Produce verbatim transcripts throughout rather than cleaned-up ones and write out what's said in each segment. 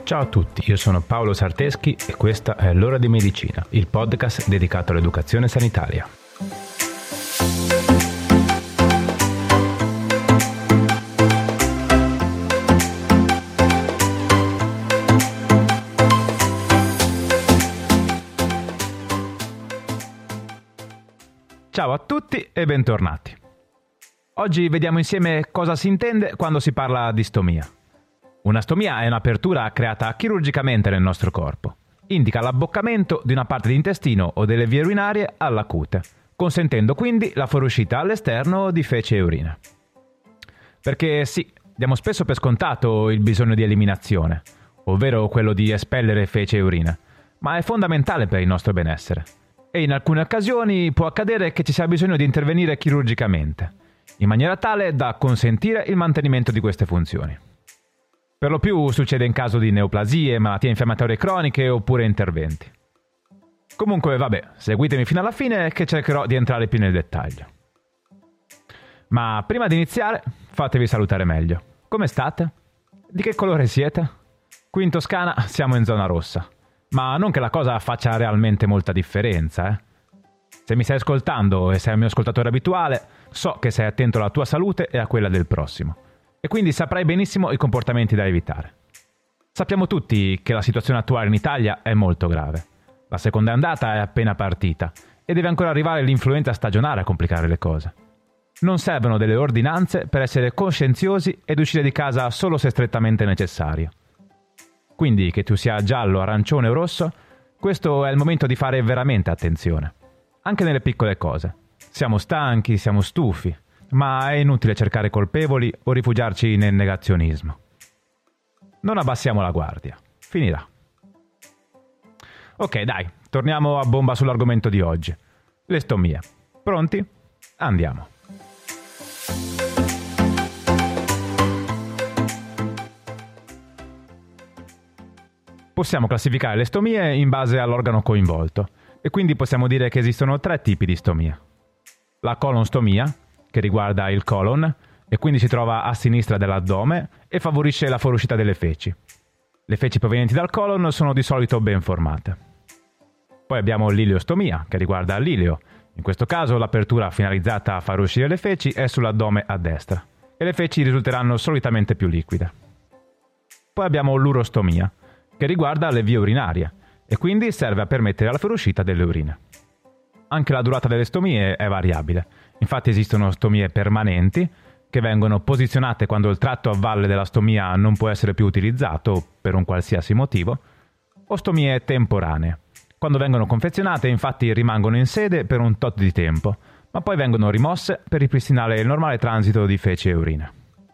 Ciao a tutti, io sono Paolo Sarteschi e questa è L'Ora di Medicina, il podcast dedicato all'educazione sanitaria. Ciao a tutti e bentornati. Oggi vediamo insieme cosa si intende quando si parla di stomia. Una stomia è un'apertura creata chirurgicamente nel nostro corpo. Indica l'abboccamento di una parte di intestino o delle vie urinarie alla cute, consentendo quindi la fuoriuscita all'esterno di fece e urina. Perché sì, diamo spesso per scontato il bisogno di eliminazione, ovvero quello di espellere fece e urina, ma è fondamentale per il nostro benessere. E in alcune occasioni può accadere che ci sia bisogno di intervenire chirurgicamente, in maniera tale da consentire il mantenimento di queste funzioni. Per lo più succede in caso di neoplasie, malattie infiammatorie croniche oppure interventi. Comunque, vabbè, seguitemi fino alla fine che cercherò di entrare più nel dettaglio. Ma prima di iniziare, fatevi salutare meglio. Come state? Di che colore siete? Qui in Toscana siamo in zona rossa, ma non che la cosa faccia realmente molta differenza, eh. Se mi stai ascoltando e sei un mio ascoltatore abituale, so che sei attento alla tua salute e a quella del prossimo. E quindi saprai benissimo i comportamenti da evitare. Sappiamo tutti che la situazione attuale in Italia è molto grave. La seconda ondata è appena partita e deve ancora arrivare l'influenza stagionale a complicare le cose. Non servono delle ordinanze per essere coscienziosi ed uscire di casa solo se strettamente necessario. Quindi, che tu sia giallo, arancione o rosso, questo è il momento di fare veramente attenzione. Anche nelle piccole cose. Siamo stanchi, siamo stufi, ma è inutile cercare colpevoli o rifugiarci nel negazionismo. Non abbassiamo la guardia. Finirà. Ok, dai, torniamo a bomba sull'argomento di oggi. Le stomie. Pronti? Andiamo. Possiamo classificare le stomie in base all'organo coinvolto e quindi possiamo dire che esistono tre tipi di stomia. La colonstomia, che riguarda il colon e quindi si trova a sinistra dell'addome e favorisce la fuoriuscita delle feci. Le feci provenienti dal colon sono di solito ben formate. Poi abbiamo l'ileostomia, che riguarda l'ileo. In questo caso l'apertura finalizzata a far uscire le feci è sull'addome a destra e le feci risulteranno solitamente più liquide. Poi abbiamo l'urostomia, che riguarda le vie urinarie e quindi serve a permettere la fuoriuscita delle urine. Anche la durata delle stomie è variabile. Infatti esistono stomie permanenti, che vengono posizionate quando il tratto a valle della stomia non può essere più utilizzato per un qualsiasi motivo, o stomie temporanee. Quando vengono confezionate infatti rimangono in sede per un tot di tempo, ma poi vengono rimosse per ripristinare il normale transito di feci e urina.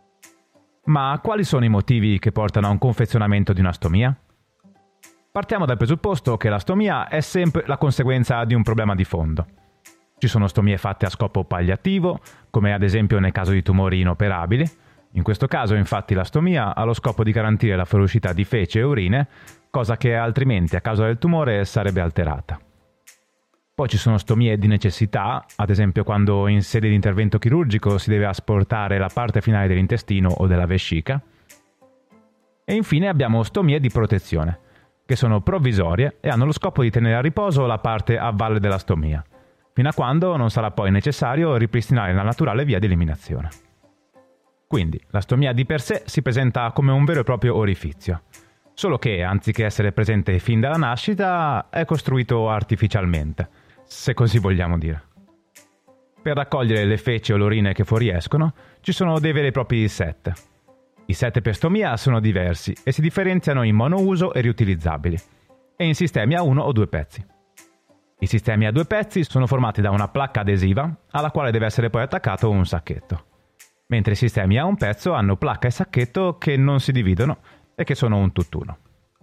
Ma quali sono i motivi che portano a un confezionamento di una stomia? Partiamo dal presupposto che la stomia è sempre la conseguenza di un problema di fondo. Ci sono stomie fatte a scopo palliativo, come ad esempio nel caso di tumori inoperabili. In questo caso, infatti, la stomia ha lo scopo di garantire la fuoriuscita di fece e urine, cosa che altrimenti a causa del tumore sarebbe alterata. Poi ci sono stomie di necessità, ad esempio quando in sede di intervento chirurgico si deve asportare la parte finale dell'intestino o della vescica. E infine abbiamo stomie di protezione, che sono provvisorie e hanno lo scopo di tenere a riposo la parte a valle della stomia, fino a quando non sarà poi necessario ripristinare la naturale via di eliminazione. Quindi, la stomia di per sé si presenta come un vero e proprio orifizio, solo che, anziché essere presente fin dalla nascita, è costruito artificialmente, se così vogliamo dire. Per raccogliere le feci o le urine che fuoriescono, ci sono dei veri e propri set. I set per stomia sono diversi e si differenziano in monouso e riutilizzabili, e in sistemi a uno o due pezzi. I sistemi a due pezzi sono formati da una placca adesiva alla quale deve essere poi attaccato un sacchetto, mentre i sistemi a un pezzo hanno placca e sacchetto che non si dividono e che sono un tutt'uno.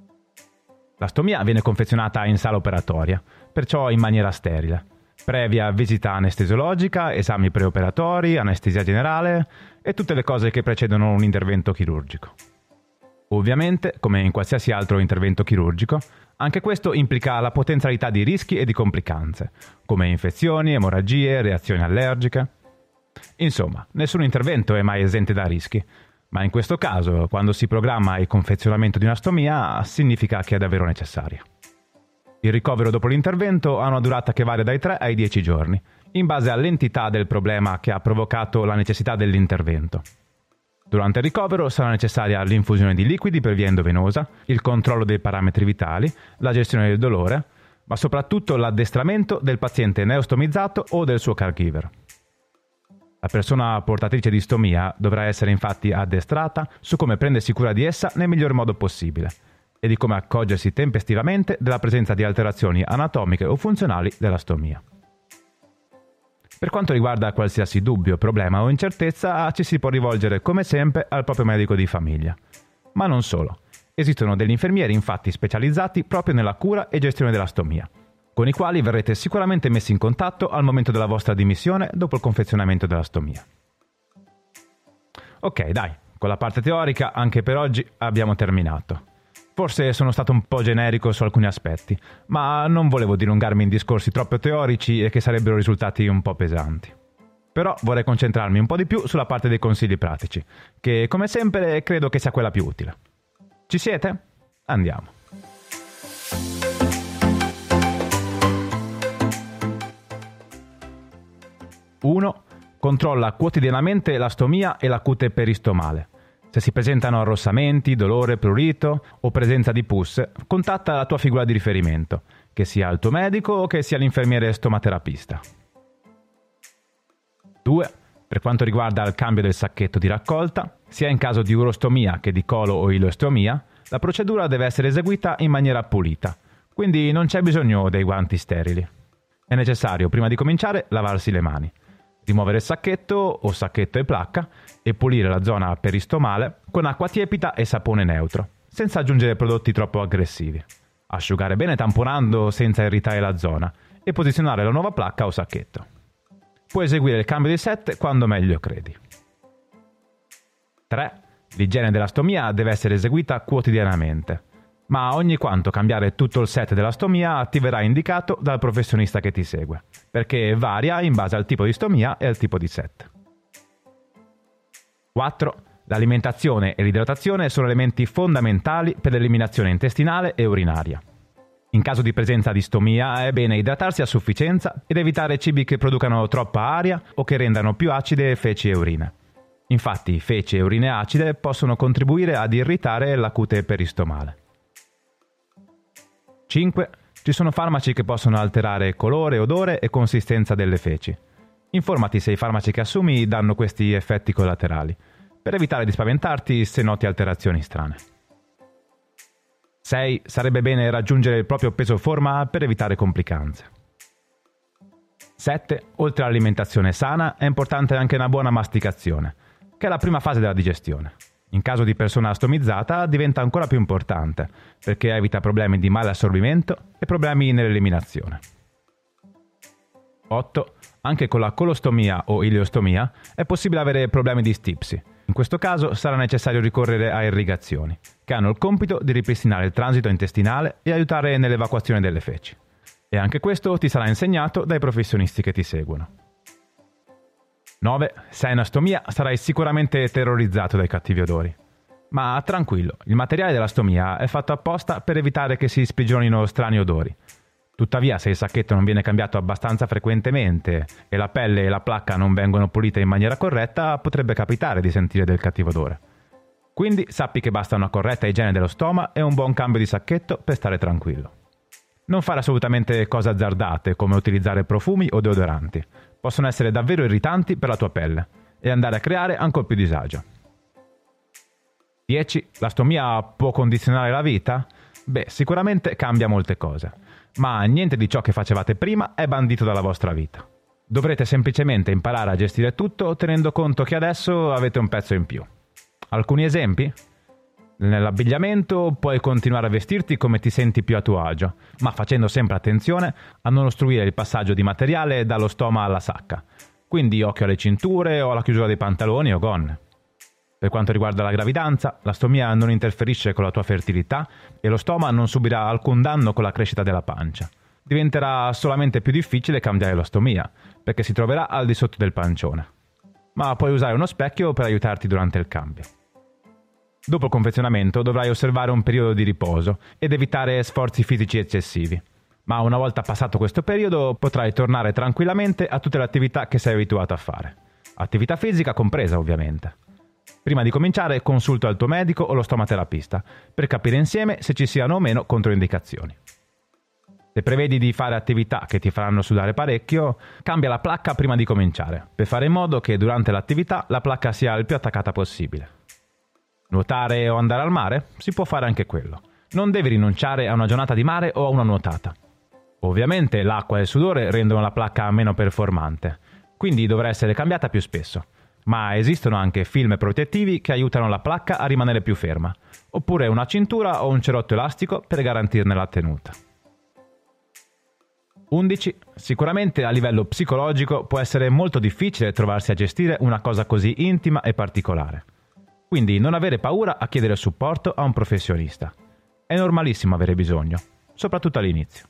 La stomia viene confezionata in sala operatoria, perciò in maniera sterile, previa visita anestesiologica, esami preoperatori, anestesia generale e tutte le cose che precedono un intervento chirurgico. Ovviamente, come in qualsiasi altro intervento chirurgico, anche questo implica la potenzialità di rischi e di complicanze, come infezioni, emorragie, reazioni allergiche. Insomma, nessun intervento è mai esente da rischi, Ma in questo caso, quando si programma il confezionamento di una stomia, significa che è davvero necessaria. Il ricovero dopo l'intervento ha una durata che varia dai tre ai dieci giorni, in base all'entità del problema che ha provocato la necessità dell'intervento. Durante il ricovero sarà necessaria l'infusione di liquidi per via endovenosa, il controllo dei parametri vitali, la gestione del dolore, ma soprattutto l'addestramento del paziente neostomizzato o del suo caregiver. La persona portatrice di stomia dovrà essere infatti addestrata su come prendersi cura di essa nel miglior modo possibile e di come accorgersi tempestivamente della presenza di alterazioni anatomiche o funzionali della stomia. Per quanto riguarda qualsiasi dubbio, problema o incertezza, ci si può rivolgere come sempre al proprio medico di famiglia. Ma non solo. Esistono degli infermieri infatti specializzati proprio nella cura e gestione della stomia, con i quali verrete sicuramente messi in contatto al momento della vostra dimissione dopo il confezionamento della stomia. Ok, dai, con la parte teorica anche per oggi abbiamo terminato. Forse sono stato un po' generico su alcuni aspetti, ma non volevo dilungarmi in discorsi troppo teorici e che sarebbero risultati un po' pesanti. Però vorrei concentrarmi un po' di più sulla parte dei consigli pratici, che come sempre credo che sia quella più utile. Ci siete? Andiamo. uno. Controlla quotidianamente la stomia e la cute peristomale. Se si presentano arrossamenti, dolore, prurito o presenza di pus, contatta la tua figura di riferimento, che sia il tuo medico o che sia l'infermiere stomaterapista. due. Per quanto riguarda il cambio del sacchetto di raccolta, sia in caso di urostomia che di colo o ileostomia, la procedura deve essere eseguita in maniera pulita, quindi non c'è bisogno dei guanti sterili. È necessario, prima di cominciare, lavarsi le mani, rimuovere il sacchetto o sacchetto e placca e pulire la zona peristomale con acqua tiepida e sapone neutro, senza aggiungere prodotti troppo aggressivi. Asciugare bene tamponando senza irritare la zona e posizionare la nuova placca o sacchetto. Puoi eseguire il cambio di set quando meglio credi. tre. L'igiene della stomia deve essere eseguita quotidianamente, ma ogni quanto cambiare tutto il set della stomia ti verrà indicato dal professionista che ti segue, perché varia in base al tipo di stomia e al tipo di set. quattro. L'alimentazione e l'idratazione sono elementi fondamentali per l'eliminazione intestinale e urinaria. In caso di presenza di stomia è bene idratarsi a sufficienza ed evitare cibi che producano troppa aria o che rendano più acide feci e urine. Infatti feci e urine acide possono contribuire ad irritare la cute peristomale. cinque. Ci sono farmaci che possono alterare colore, odore e consistenza delle feci. Informati se i farmaci che assumi danno questi effetti collaterali, per evitare di spaventarti se noti alterazioni strane. sei. Sarebbe bene raggiungere il proprio peso forma per evitare complicanze. sette. Oltre all'alimentazione sana è importante anche una buona masticazione, che è la prima fase della digestione. In caso di persona stomizzata diventa ancora più importante, perché evita problemi di malassorbimento e problemi nell'eliminazione. otto. Anche con la colostomia o ileostomia è possibile avere problemi di stipsi. In questo caso sarà necessario ricorrere a irrigazioni, che hanno il compito di ripristinare il transito intestinale e aiutare nell'evacuazione delle feci. E anche questo ti sarà insegnato dai professionisti che ti seguono. nove. Se hai una stomia sarai sicuramente terrorizzato dai cattivi odori. Ma tranquillo, il materiale della stomia è fatto apposta per evitare che si sprigionino strani odori. Tuttavia, se il sacchetto non viene cambiato abbastanza frequentemente e la pelle e la placca non vengono pulite in maniera corretta, potrebbe capitare di sentire del cattivo odore. Quindi sappi che basta una corretta igiene dello stoma e un buon cambio di sacchetto per stare tranquillo. Non fare assolutamente cose azzardate come utilizzare profumi o deodoranti. Possono essere davvero irritanti per la tua pelle e andare a creare ancora più disagio. dieci. La stomia può condizionare la vita? Beh, sicuramente cambia molte cose, ma niente di ciò che facevate prima è bandito dalla vostra vita. Dovrete semplicemente imparare a gestire tutto tenendo conto che adesso avete un pezzo in più. Alcuni esempi? Nell'abbigliamento puoi continuare a vestirti come ti senti più a tuo agio, ma facendo sempre attenzione a non ostruire il passaggio di materiale dallo stoma alla sacca. Quindi occhio alle cinture o alla chiusura dei pantaloni o gonne. Per quanto riguarda la gravidanza, la stomia non interferisce con la tua fertilità e lo stoma non subirà alcun danno con la crescita della pancia. Diventerà solamente più difficile cambiare la stomia, perché si troverà al di sotto del pancione. Ma puoi usare uno specchio per aiutarti durante il cambio. Dopo il confezionamento dovrai osservare un periodo di riposo ed evitare sforzi fisici eccessivi. Ma una volta passato questo periodo potrai tornare tranquillamente a tutte le attività che sei abituato a fare. Attività fisica compresa, ovviamente. Prima di cominciare consulta il tuo medico o lo stomaterapista per capire insieme se ci siano o meno controindicazioni. Se prevedi di fare attività che ti faranno sudare parecchio, cambia la placca prima di cominciare, per fare in modo che durante l'attività la placca sia il più attaccata possibile. Nuotare o andare al mare? Si può fare anche quello. Non devi rinunciare a una giornata di mare o a una nuotata. Ovviamente l'acqua e il sudore rendono la placca meno performante, quindi dovrà essere cambiata più spesso. Ma esistono anche film protettivi che aiutano la placca a rimanere più ferma, oppure una cintura o un cerotto elastico per garantirne la tenuta. undici. Sicuramente a livello psicologico può essere molto difficile trovarsi a gestire una cosa così intima e particolare. Quindi non avere paura a chiedere supporto a un professionista. È normalissimo avere bisogno, soprattutto all'inizio.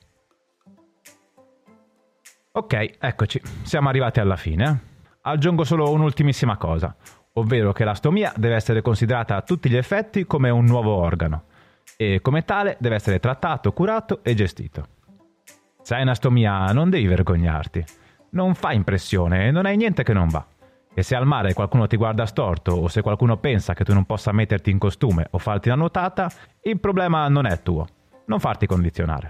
Ok, eccoci, siamo arrivati alla fine. Eh? Aggiungo solo un'ultimissima cosa, ovvero che la stomia deve essere considerata a tutti gli effetti come un nuovo organo e come tale deve essere trattato, curato e gestito. Se hai una stomia non devi vergognarti, non fa impressione e non hai niente che non va. E se al mare qualcuno ti guarda storto o se qualcuno pensa che tu non possa metterti in costume o farti una nuotata, il problema non è tuo, non farti condizionare.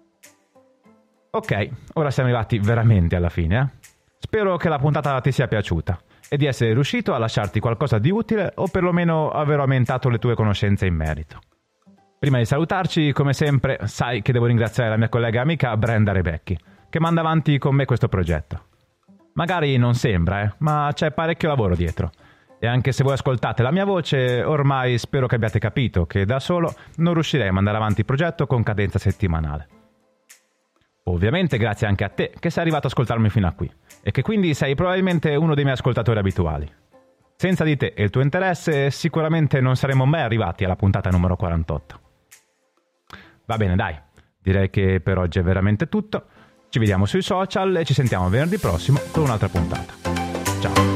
Ok, ora siamo arrivati veramente alla fine. Eh? Spero che la puntata ti sia piaciuta e di essere riuscito a lasciarti qualcosa di utile o perlomeno aver aumentato le tue conoscenze in merito. Prima di salutarci, come sempre, sai che devo ringraziare la mia collega e amica Brenda Rebecchi, che manda avanti con me questo progetto. Magari non sembra, eh, ma c'è parecchio lavoro dietro. E anche se voi ascoltate la mia voce, ormai spero che abbiate capito che da solo non riuscirei a mandare avanti il progetto con cadenza settimanale. Ovviamente grazie anche a te che sei arrivato ad ascoltarmi fino a qui e che quindi sei probabilmente uno dei miei ascoltatori abituali. Senza di te e il tuo interesse sicuramente non saremmo mai arrivati alla puntata numero quarantotto. Va bene, dai, direi che per oggi è veramente tutto. Ci vediamo sui social e ci sentiamo venerdì prossimo con un'altra puntata. Ciao!